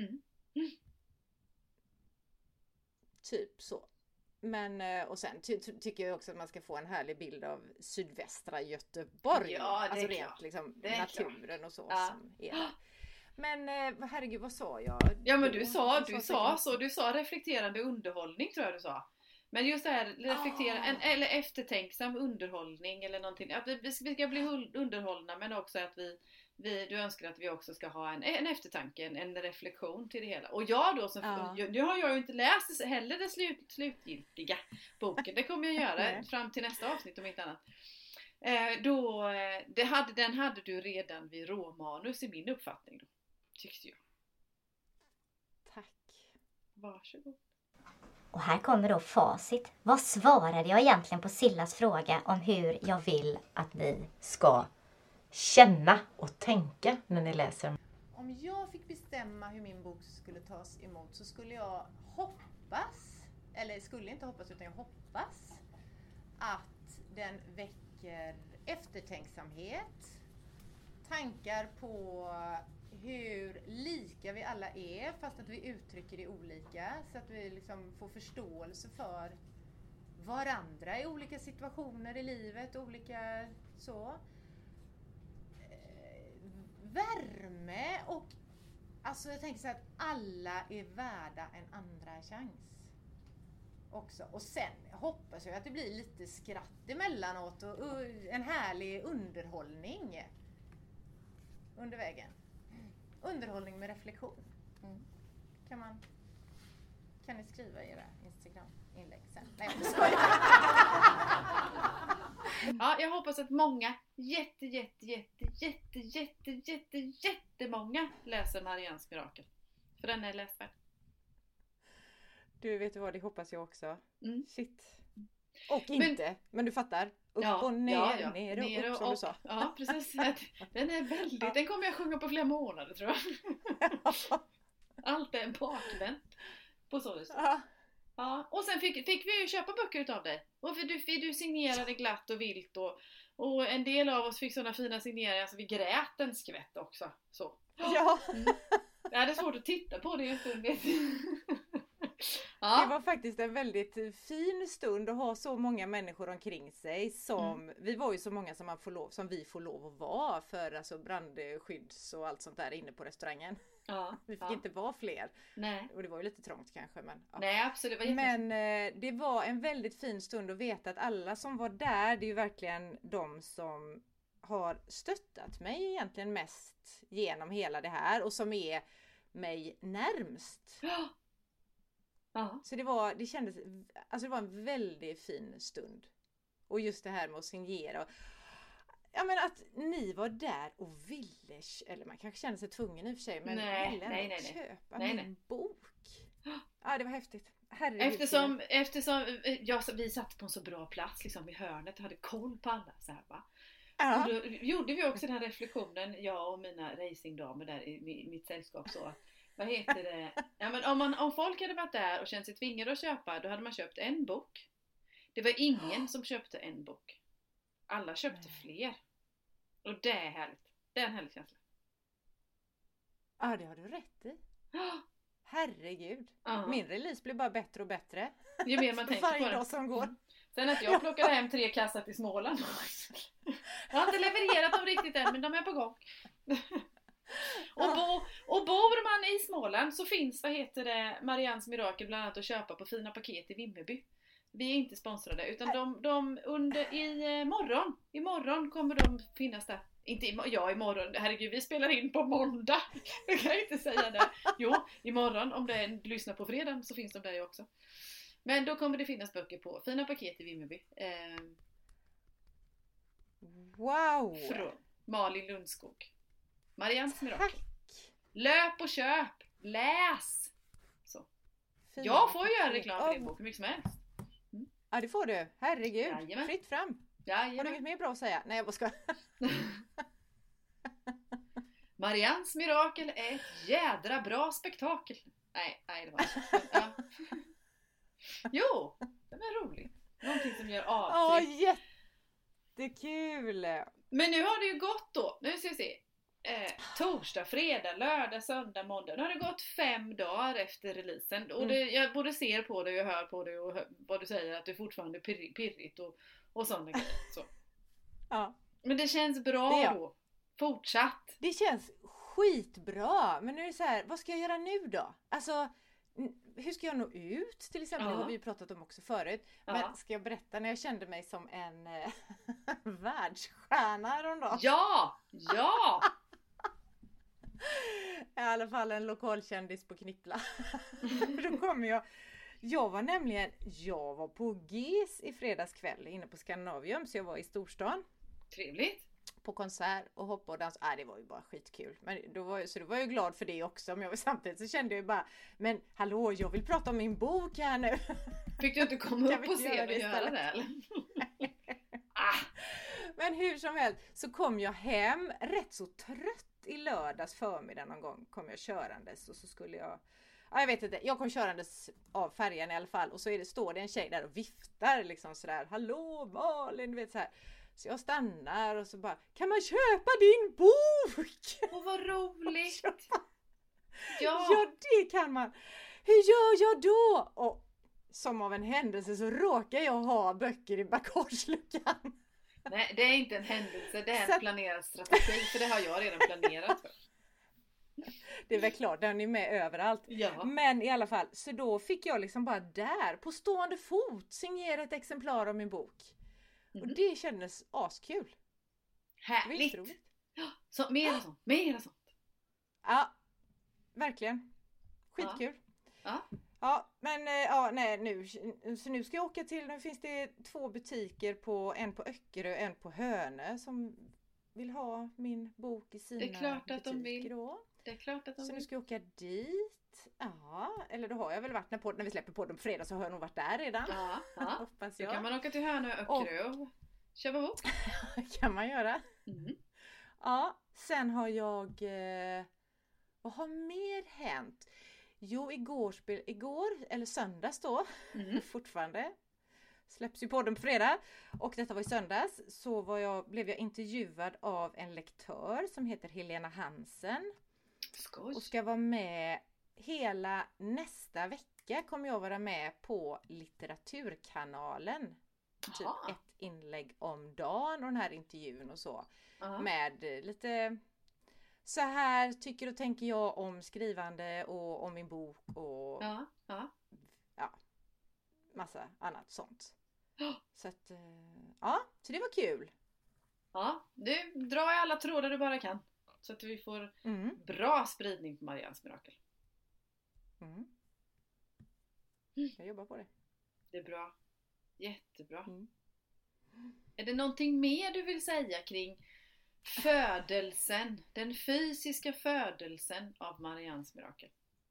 Typ så. Men och sen tycker jag också att man ska få en härlig bild av sydvästra Göteborg. Ja, det är alltså klart. rent liksom Det är naturen klart. och så Ja. som är där. Men herregud, vad sa jag? Ja, men du sa reflekterande underhållning tror jag du sa. Men just det här eller eftertänksam underhållning eller någonting. Att vi ska bli underhållna, men också att du önskar att vi också ska ha en eftertanke, en reflektion till det hela. Och jag då, nu har jag ju inte läst heller den slutgiltiga boken. Det kommer jag göra fram till nästa avsnitt om inte annat. Den hade du redan vid råmanus i min uppfattning då, tyckte jag. Tack. Varsågod. Och här kommer då facit. Vad svarade jag egentligen på Sillas fråga om hur jag vill att ni ska känna och tänka när ni läser? Om jag fick bestämma hur min bok skulle tas emot så skulle jag hoppas, eller skulle inte hoppas utan jag hoppas att den väcker eftertänksamhet, tankar på hur lika vi alla är fast att vi uttrycker det olika, så att vi liksom får förståelse för varandra i olika situationer i livet, olika så. Värme och alltså jag tänker så att alla är värda en andra chans också. Och sen hoppas jag att det blir lite skratt emellanåt och en härlig underhållning under vägen. Underhållning med reflektion. Kan ni skriva i era Instagram-inlägg sen? Nej, jag skojar. Ja, jag hoppas att många, jättemånga läser Mariannes mirakel. För den är läsvärd. Du, vet vad, det hoppas jag också. Shit. Och Men- inte, men du fattar. Upp och ner, ner och upp som du sa. Ja, precis. Den är väldigt, den kommer jag sjunga på flera månader tror jag. Allt är bakvänt på så vis. Ja. Ja, och sen fick vi ju köpa böcker utav dig. Och du signerade glatt och vilt och en del av oss fick sådana fina signeringar så vi grät en skvätt också. Så. Ja. Det hade svårt att titta på det just nu. Det var faktiskt en väldigt fin stund att ha så många människor omkring sig som, vi var ju så många som vi får lov att vara för alltså brandskydds och allt sånt där inne på restaurangen. Ja, Vi fick inte vara fler. Nej. Och det var ju lite trångt kanske. Men, ja. Nej, absolut. Men det var en väldigt fin stund att veta att alla som var där, det är ju verkligen de som har stöttat mig egentligen mest genom hela det här och som är mig närmst. Ja. Så det kändes, alltså det var en väldigt fin stund. Och just det här med att signera. Ja, men att ni var där och ville, eller man kanske kände sig tvungen i och för sig, men ville köpa min bok. Ja, det var häftigt. Herregud. Eftersom vi satt på en så bra plats liksom vid hörnet och hade koll på alla så här, va? Ja. Och då gjorde vi också den här reflektionen, jag och mina racingdamer där i mitt sällskap så. Vad heter det? Ja, men om folk hade varit där och känt sig tvingade att köpa, då hade man köpt en bok. Det var ingen som köpte en bok. Alla köpte fler. Och det är härligt. Det är en härlig känsla. Ja, det har du rätt i. Herregud. Ja. Min release blir bara bättre och bättre. Ju mer man tänker varje på det. dag som går. Sen att jag plockade hem 3 kassar till Småland. Jag har inte levererat dem riktigt än, men de är på gång. Och bor man i Småland så finns, Mariannes mirakel bland annat att köpa på fina paket i Vimmerby. Vi är inte sponsrade, utan imorgon kommer de finnas där. Inte imorgon, herregud, vi spelar in på måndag. Jag kan inte säga det. Jo, imorgon, om det lyssnar på fredag så finns de där också. Men då kommer det finnas böcker på fina paket i Vimmerby. Wow! Malin Lundskog. Mariannes mirakel. Tack! Löp och köp! Läs! Så. Fina Jag får göra paket. reklam för din bok hur mycket som helst. Ja, det får du. Herregud. Jajamän. Fritt fram. Har du Jajamän. inget mer bra att säga? Nej, jag bara ska. Mariannes mirakel är ett jädra bra spektakel. Nej, det var inte. Ja. Jo, det var roligt. Någonting som gör Ja, avtryck. jättekul! Men nu har det ju gått då. Nu ska vi se. Torsdag, fredag, lördag, söndag, måndag. Nu har det gått 5 dagar efter releasen. Och jag både ser på dig och hör på dig och vad du säger att du fortfarande är pirrigt och sådana grejer. Så. Ja. Men det känns bra Det är då. Fortsatt. Det känns skitbra. Men nu är det så här, vad ska jag göra nu då? Alltså, hur ska jag nå ut? Till exempel, det har vi ju pratat om också förut. Ja. Men ska jag berätta när jag kände mig som en världsstjärna häromdagen? Ja! Ja! I alla fall en lokalkändis på Knippla. Då kommer jag var på GIS i fredagskväll inne på Skandinavium, så jag var i storstan. Trevligt. På konsert och hoppa och dans. Det var ju bara skitkul. Men då var jag glad för det också. Men samtidigt så kände jag ju bara, men hallå, jag vill prata om min bok här nu. Fick du inte komma Kan upp vi och se göra mig det göra det eller? Men hur som helst så kom jag hem rätt så trött i lördags förmiddag någon gång. Kom jag körandes och så skulle jag vet inte, jag kom körandes av färjan i alla fall. Och så står det en tjej där och viftar liksom sådär. Hallå Malin, du vet så här. Så jag stannar och så bara, kan man köpa din bok? Åh, vad roligt! Ja, det kan man. Hur gör jag då? Och som av en händelse så råkar jag ha böcker i bagageluckan. Nej, det är inte en händelse, det är en planerad strategi, för det har jag redan planerat för. Det är väl klart, den är med överallt. Ja. Men i alla fall, så då fick jag liksom bara där, på stående fot, signera ett exemplar av min bok. Och det kändes askul. Härligt! roligt. Så, mer och sånt. Ja, verkligen. Skitkul. Ja. Ja, men nu ska jag åka till, nu finns det 2 butiker en på Öckerö och en på Hönö som vill ha min bok i sina Det är klart att de butiker vill. då. Det är klart att de Så nu vill. ska jag åka dit. Ja, eller då har jag väl varit när vi släpper på dem på fredag, så har jag nog varit där redan. Ja. Hoppas Då jag. kan man åka till Hönö och Öckerö och köpa bok. Kan man göra. Mm. Ja, sen har jag... vad har mer hänt? Jo, igår eller söndags då, fortfarande. Släpps ju podden på fredag. Och detta var i söndags. Så blev jag intervjuad av en lektör som heter Helena Hansen. Skoj. Och ska vara med hela nästa vecka, kommer jag vara med på Litteraturkanalen. Typ Aha. ett inlägg om dagen och den här intervjun och så. Ja. Med lite så här tycker och tänker jag om skrivande och om min bok och Ja. massa annat sånt. Ja. Så att, så det var kul. Ja, du drar i alla trådar du bara kan. Så att vi får bra spridning på Mariannes mirakel. Jag jobbar på det. Det är bra. Jättebra. Mm. Är det någonting mer du vill säga kring födelsen, den fysiska födelsen av Mariannes mirakel?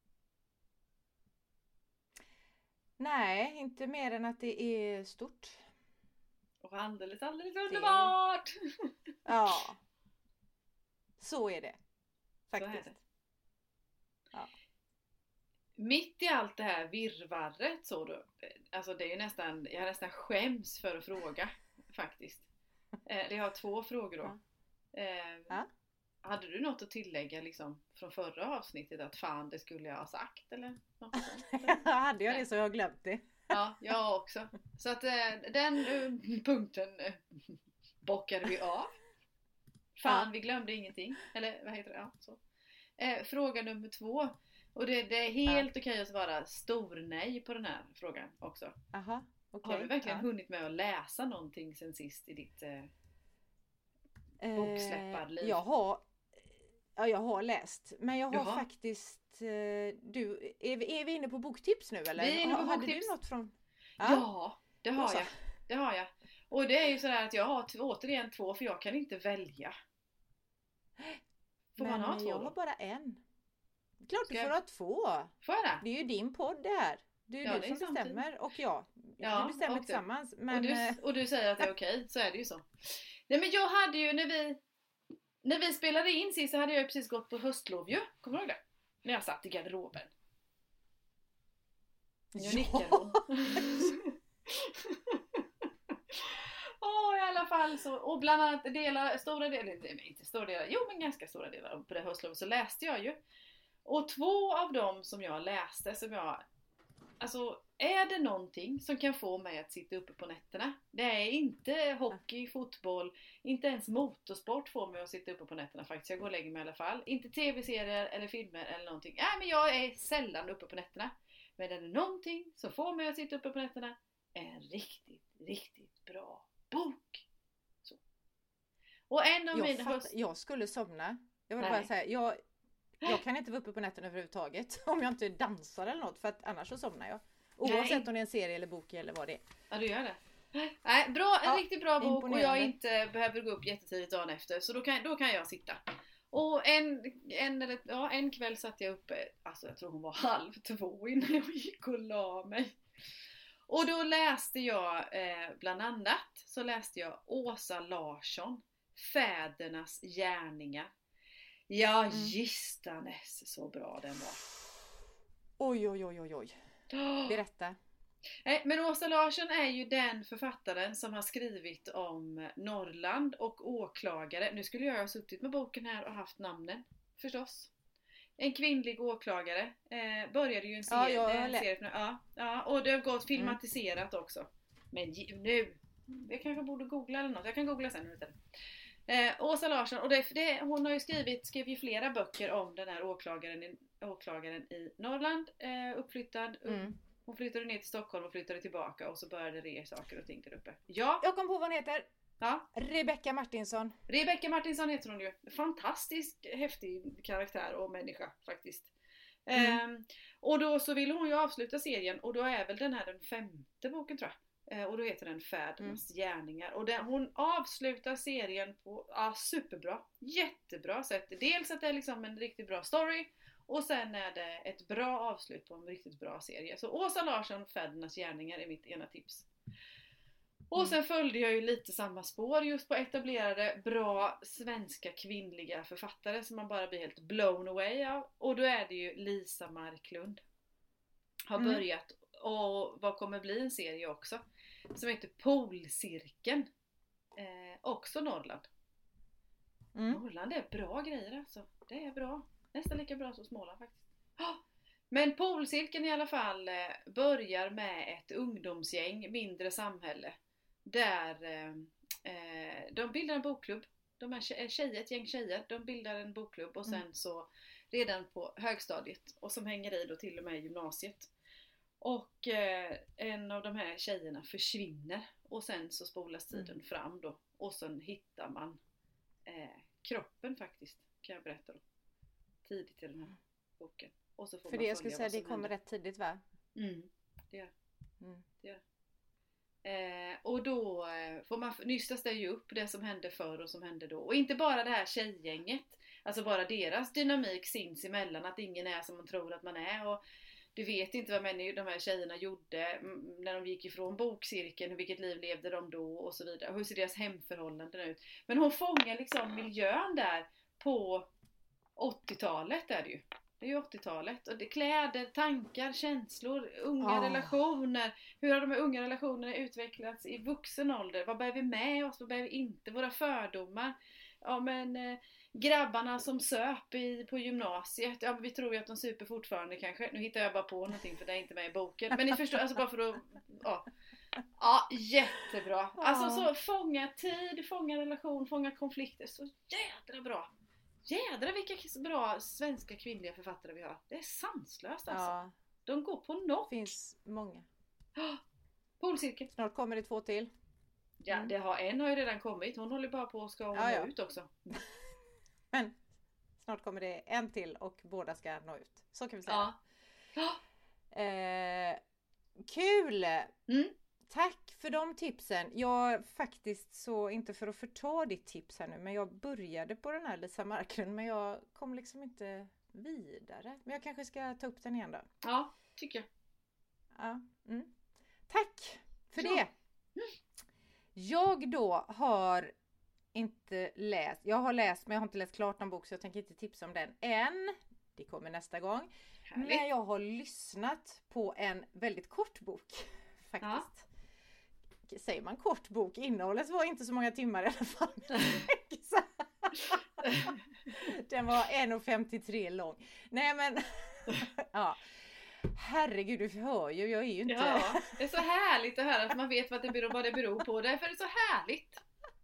Nej, inte mer än att det är stort. Och alldeles underbart! Ja. Så är det. Faktiskt. Så är det. Ja. Mitt i allt det här virrvarret så då, alltså det är ju nästan, jag nästan skäms för att fråga faktiskt. Jag har 2 frågor då. Ja. Hade du något att tillägga liksom från förra avsnittet att fan det skulle jag ha sagt eller något sånt? Hade jag det så har jag glömt det. Ja, jag också. Så att den punkten bockade vi av. Fan, vi glömde ingenting. Eller vad heter det? Ja, så. Fråga nummer 2. Och det är helt okej att svara stor nej på den här frågan också. Aha, okay. Har du verkligen hunnit med att läsa någonting sen sist i ditt boksläpparliv? Jag har läst. Men jag har faktiskt... är vi inne på boktips nu eller? Vi är inne på hade boktips. du något från... Ja, det har jag. Och det är ju sådär att jag har återigen 2 för jag kan inte välja. Får man ha Men 2 jag då? har bara en. Klart du Ska får jag- ha 2. Får jag det? Det är ju din podd det här. Det är ju Ja, du det är som samtidigt. bestämmer och jag. Ja, Vi bestämmer och du. tillsammans. Men Och du säger att det är okej, så är det ju så. Nej men jag hade ju när vi spelade in sist så hade jag ju precis gått på höstlov ju. Kommer du ihåg det? När jag satt i garderoben. Nu nickar hon. I alla fall så, och bland annat ganska stora delar på det höstlovet så läste jag ju. Och 2 av dem som jag läste alltså är det någonting som kan få mig att sitta uppe på nätterna? Det är inte hockey, fotboll, inte ens motorsport får mig att sitta uppe på nätterna faktiskt. Jag går och lägger mig i alla fall. Inte tv-serier eller filmer eller någonting. Nej, men jag är sällan uppe på nätterna. Men är det någonting som får mig att sitta uppe på nätterna är en riktigt, riktigt bra bok. Så. Och en av mina jag skulle somna. Jag vill Nej. bara säga, jag kan inte vara uppe på nätterna överhuvudtaget om jag inte dansar eller något, för att annars så somnar jag. Oavsett om det är en serie eller bok eller vad det är. Ja, du gör det. Nej, en riktigt bra bok och jag imponerande. inte behöver gå upp jättetidigt dagen efter. Så då kan jag sitta. Och en kväll satt jag uppe, alltså jag tror hon var 1:30 innan jag gick och la mig. Och då läste jag bland annat så läste jag Åsa Larsson, Fädernas gärningar. Ja, gistanes så bra den var. Oj. Berätta. Men Åsa Larsson är ju den författaren som har skrivit om Norrland och åklagare. Nu skulle jag ha suttit med boken här och haft namnen, förstås. En kvinnlig åklagare. Började ju en serie. Ja, och det har gått filmatiserat också. Men nu, jag kanske borde googla eller något. Jag kan googla sen. Åsa Larsson, och hon har ju skrev ju flera böcker om den här åklagaren i Norrland. Uppflyttad. Hon flyttade ner till Stockholm och flyttade tillbaka och så började det saker och ting där uppe. Ja. Jag kom på vad hon heter. Ja. Rebecka Martinsson. Rebecka Martinsson heter hon ju. Fantastisk häftig karaktär och människa faktiskt. Och då så ville hon ju avsluta serien och då är väl den här den 5:e boken tror jag. Och då heter den Fädernas gärningar. Och hon avslutar serien på superbra. Jättebra sätt. Dels att det är liksom en riktigt bra story. Och sen är det ett bra avslut på en riktigt bra serie. Så Åsa Larsson, Fädernas gärningar är mitt ena tips. Och sen följde jag ju lite samma spår just på etablerade, bra svenska kvinnliga författare som man bara blir helt blown away av. Och då är det ju Lisa Marklund. Har börjat, och vad kommer bli en serie också, som heter Polcirkeln. Också Norrland. Norrland är bra grejer alltså. Det är bra. Nästan lika bra som Småland faktiskt. Men Polcirkeln i alla fall börjar med ett ungdomsgäng, mindre samhälle. Där de bildar en bokklubb. De är ett gäng tjejer. De bildar en bokklubb och sen så redan på högstadiet. Och som hänger i då till och med gymnasiet. Och en av de här tjejerna försvinner. Och sen så spolas tiden fram då. Och sen hittar man kroppen faktiskt. Kan jag berätta då. Tidigt i den här boken. Och så får För man det jag skulle säga, det kommer händer. rätt tidigt va? Det gör. Och då nystas det ju upp det som hände förr och som hände då. Och inte bara det här tjejgänget. Alltså bara deras dynamik sinsemellan. Att ingen är som man tror att man är. Och du vet inte vad de här tjejerna gjorde när de gick ifrån bokcirkeln. Vilket liv levde de då och så vidare. Hur ser deras hemförhållanden ut. Men hon fångar liksom miljön där på 80-talet är det ju. Det är ju 80-talet. Och det är kläder, tankar, känslor, unga relationer. Hur har de här unga relationerna utvecklats i vuxen ålder? Vad bär vi med oss? Vad bär vi inte? Våra fördomar. Ja men grabbarna som söp på gymnasiet. Ja men vi tror ju att de super fortfarande kanske. Nu hittar jag bara på någonting för det är inte med i boken. Men ni förstår, alltså bara för att... Ja, jättebra. Alltså så fånga tid, fånga relation, fånga konflikter. Så jädra bra. Jädra vilka bra svenska kvinnliga författare vi har. Det är sanslöst alltså. Ja. De går på något. Det finns många. Polcirkeln. Snart kommer det 2 till. Ja, en har ju redan kommit. Hon håller bara på och ska nå ut också. Men snart kommer det en till och båda ska nå ut. Så kan vi säga. Ja. Kul! Tack för de tipsen. Jag faktiskt så, inte för att förta ditt tips här nu, men jag började på den här Lisa Marklund, men jag kom liksom inte vidare. Men jag kanske ska ta upp den igen då. Ja, tycker jag. Ja. Tack för Ja. det. Jag då har inte läst, jag har läst men jag har inte läst klart någon bok, så jag tänker inte tipsa om den än. Det kommer nästa gång. Härligt. Men jag har lyssnat på en väldigt kort bok faktiskt. Säger man kort bok? Innehållet var inte så många timmar i alla fall. Den var 1,53 lång. Nej men ja. Herregud, du hör ju, jag är ju inte... Ja, det är så härligt att höra att man vet vad det beror på. Därför är det så härligt.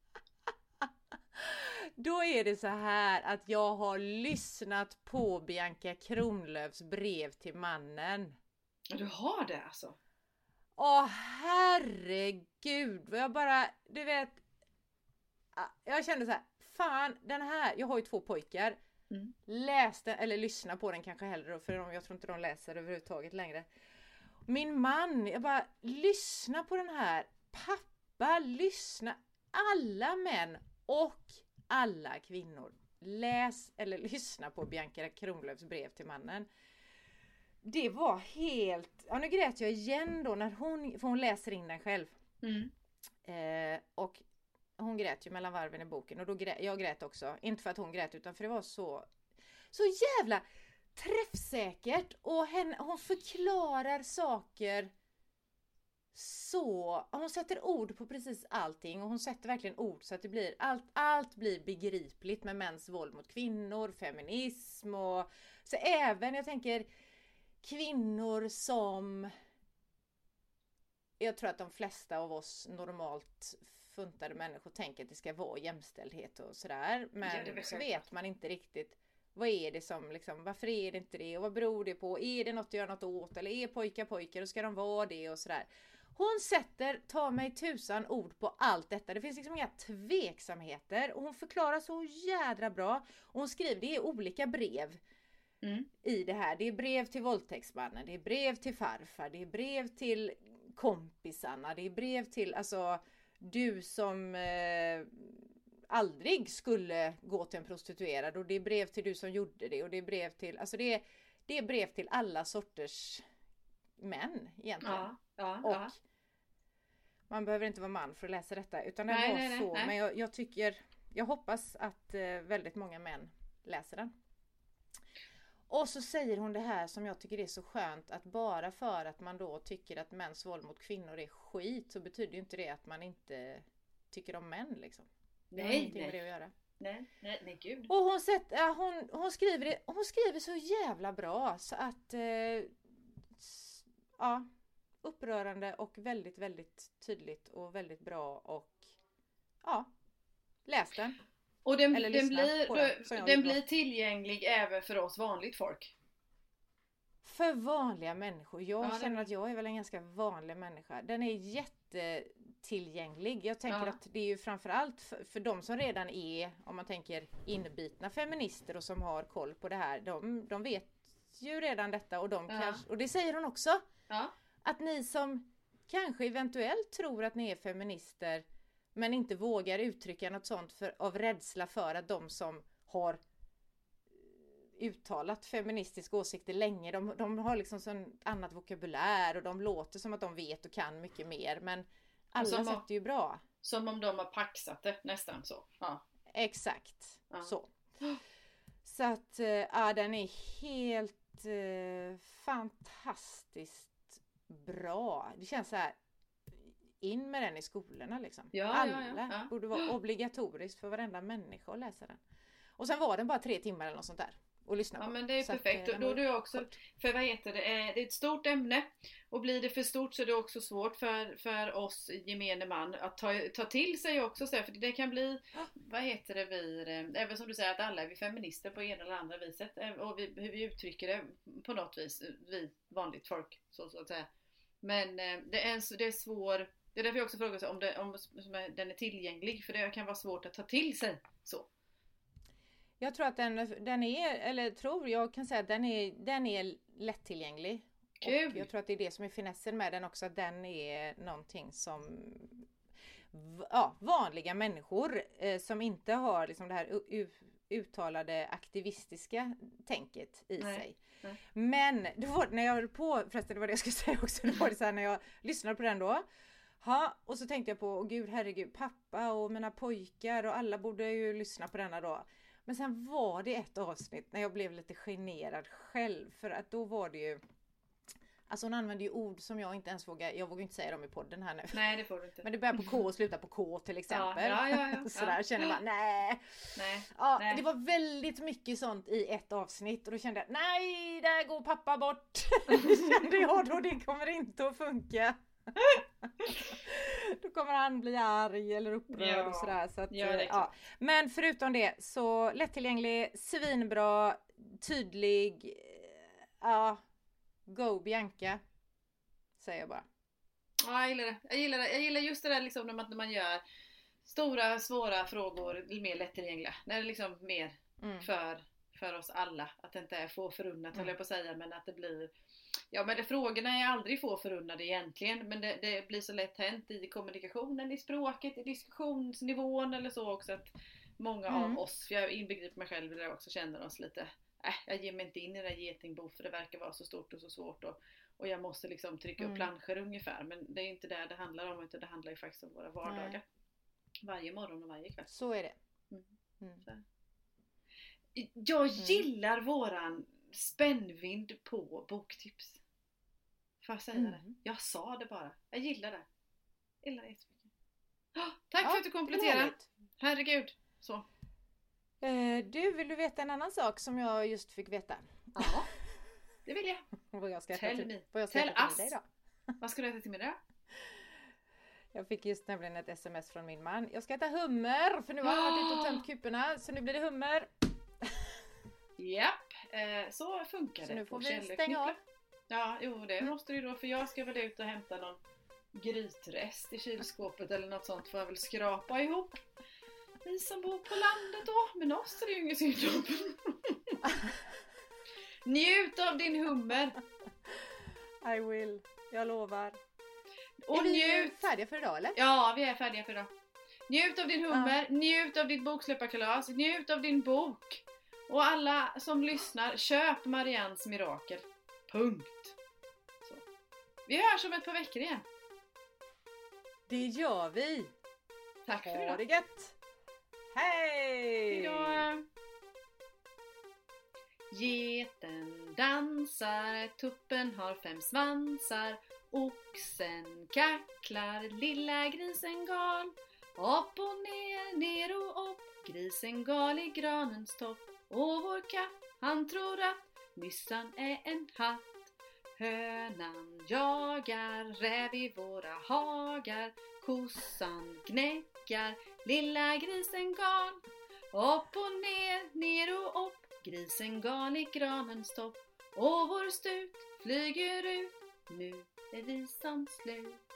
Då är det så här att jag har lyssnat på Bianca Kronlöfs brev till mannen. Du har det alltså? Åh herregud, jag bara, du vet, jag kände så här, fan den här, jag har ju 2 pojkar. Läs den, eller lyssna på den kanske hellre då, för jag tror inte de läser överhuvudtaget längre. Min man, jag bara, lyssna på den här. Pappa, lyssna. Alla män och alla kvinnor. Läs eller lyssna på Bianca Kronlöfs brev till mannen. Det var helt... Ja, nu grät jag igen då när hon läser in den själv. Och hon grät ju mellan varven i boken. Och då jag grät också. Inte för att hon grät, utan för det var så jävla träffsäkert. Och hon förklarar saker så... Hon sätter ord på precis allting. Och hon sätter verkligen ord så att det blir... Allt blir begripligt med mäns våld mot kvinnor, feminism och... Så även, jag tänker... Kvinnor som... Jag tror att de flesta av oss normalt funtade människor tänker att det ska vara jämställdhet och sådär. Men så vet man inte riktigt vad är det som liksom, varför är det inte det och vad beror det på? Är det något att göra något åt? Eller är pojkar och ska de vara det och sådär. Hon ta mig tusan ord på allt detta. Det finns liksom inga tveksamheter. Och hon förklarar så jädra bra. Och hon skriver, det är olika brev. I det här. Det är brev till våldtäktsmannen, det är brev till farfar, det är brev till kompisarna, det är brev till alltså du som aldrig skulle gå till en prostituerad, och det är brev till du som gjorde det, och det är brev till, alltså det är brev till alla sorters män egentligen. Och man behöver inte vara man för att läsa detta, utan det var så. Men jag hoppas att väldigt många män läser den. Och så säger hon det här som jag tycker är så skönt, att bara för att man då tycker att mäns våld mot kvinnor är skit, så betyder ju inte det att man inte tycker om män liksom. Nej. Med det att göra. Nej, gud. Och hon skriver så jävla bra så att upprörande och väldigt, väldigt tydligt och väldigt bra, och läs den. Och den blir tillgänglig även för oss vanligt folk. För vanliga människor. Jag känner att jag är väl en ganska vanlig människa. Den är jättetillgänglig. Jag tänker att det är ju framförallt för de som redan är, om man tänker inbitna feminister och som har koll på det här. De vet ju redan detta, och kanske, och det säger hon också. Att ni som kanske eventuellt tror att ni är feminister men inte vågar uttrycka något sånt av rädsla för att de som har uttalat feministiska åsikter länge, de har liksom sån annat vokabulär och de låter som att de vet och kan mycket mer, men alla sätter ju bra. Som om de har paxat det, nästan så. Ja. Exakt, så. Så att den är helt fantastiskt bra. Det känns så här, in med den i skolorna liksom. Alla borde vara obligatoriskt för varenda människa att läsa den. Och sen var den bara 3 timmar eller något sånt där och lyssna på. Ja, men det är så perfekt. Då är det också, för vad heter det, det är ett stort ämne, och blir det för stort så är det också svårt för oss gemene man att ta till sig också, för det kan bli, vad heter det, även som du säger att alla är vi feminister på ena eller andra viset, och hur vi uttrycker det på något vis, vi vanligt folk så att säga. Men det är svår. Det är därför jag också frågar sig om den är tillgänglig, för det kan vara svårt att ta till sig så. Jag tror att den är, eller jag kan säga att den är lättillgänglig. Kul! Och jag tror att det är det som är finessen med den också, att den är någonting som vanliga människor som inte har liksom det här uttalade aktivistiska tänket i sig. Nej. Men då var det, när jag höll på, förresten det var det jag skulle säga också, då var det så här när jag lyssnade på den då. Och så tänkte jag på, gud herregud, pappa och mina pojkar och alla borde ju lyssna på denna då. Men sen var det ett avsnitt när jag blev lite generad själv, för att då var det ju, alltså hon använde ju ord som jag inte ens jag vågar inte säga dem i podden här nu. Nej, det får du inte. Men det börjar på K och slutar på K till exempel. Ja. Så där känner man, nej. Nej. Det var väldigt mycket sånt i ett avsnitt och då kände jag, nej, där går pappa bort. Kände jag då, det kommer inte att funka. Då kommer han bli arg eller upprörd och sådär. Så att, det är klart. Men förutom det så lättillgänglig, svinbra, tydlig, go Bianca, säger jag bara. Ja, jag gillar det. Jag gillar just det där liksom när man gör stora, svåra frågor mer lättillgängliga. När det är liksom mer för oss alla. Att det inte är få förunnat, höll jag på att säga, men att det blir... Ja, men frågorna är aldrig få förunnade egentligen, men det blir så lätt hänt i kommunikationen, i språket, i diskussionsnivån eller så också, att många av oss, för jag inbegriper mig själv, där också känner oss lite, jag ger mig inte in i det där getingbo för det verkar vara så stort och så svårt och jag måste liksom trycka upp planscher ungefär, men det är inte det handlar om, utan det handlar ju faktiskt om våra vardagar. Nej. Varje morgon och varje kväll. Så är det. Så. Jag gillar våran spännvind på boktips. Får jag säga det? Jag sa det bara. Jag gillar det. Jag gillar det jättemycket. Tack för att du kompletterar. Herregud. Så. Vill du veta en annan sak som jag just fick veta? Ja, det vill jag. Vad jag ska äta Tell till me. middag idag. Vad ska du äta till middag? Jag fick just nämligen ett sms från min man. Jag ska äta hummer, för nu har jag varit ute och tömt kuporna, så nu blir det hummer. Japp, så funkar det. Så nu får vi stänga av. Ja, jo, det måste du då, för jag ska väl ut och hämta någon grytrest i kylskåpet eller något sånt, får jag väl skrapa ihop. Vi som bor på landet då, men oss är det ju inget synd om. Njut av din hummer. I will, jag lovar. Och är vi färdiga för idag eller? Ja, vi är färdiga för idag. Njut av din hummer, njut av ditt boksläpparkalas, njut av din bok. Och alla som lyssnar, köp Mariannes mirakel. Punkt. Så. Vi hörs om ett par veckor igen. Det gör vi. Tack för idag. Ha det gött. Hej! Hejdå. Geten dansar, tuppen har 5 svansar. Oxen kacklar, lilla grisen gal. Upp och ner, ner och upp. Grisen gal i granens topp. Och vår katt, han tror att myssan är en hatt. Hönan jagar, räv i våra hagar. Kossan gnäckar, lilla grisen gal. Upp och ner, ner och upp. Grisen gal i granens topp. Och vår stut flyger ut. Nu är visan slut.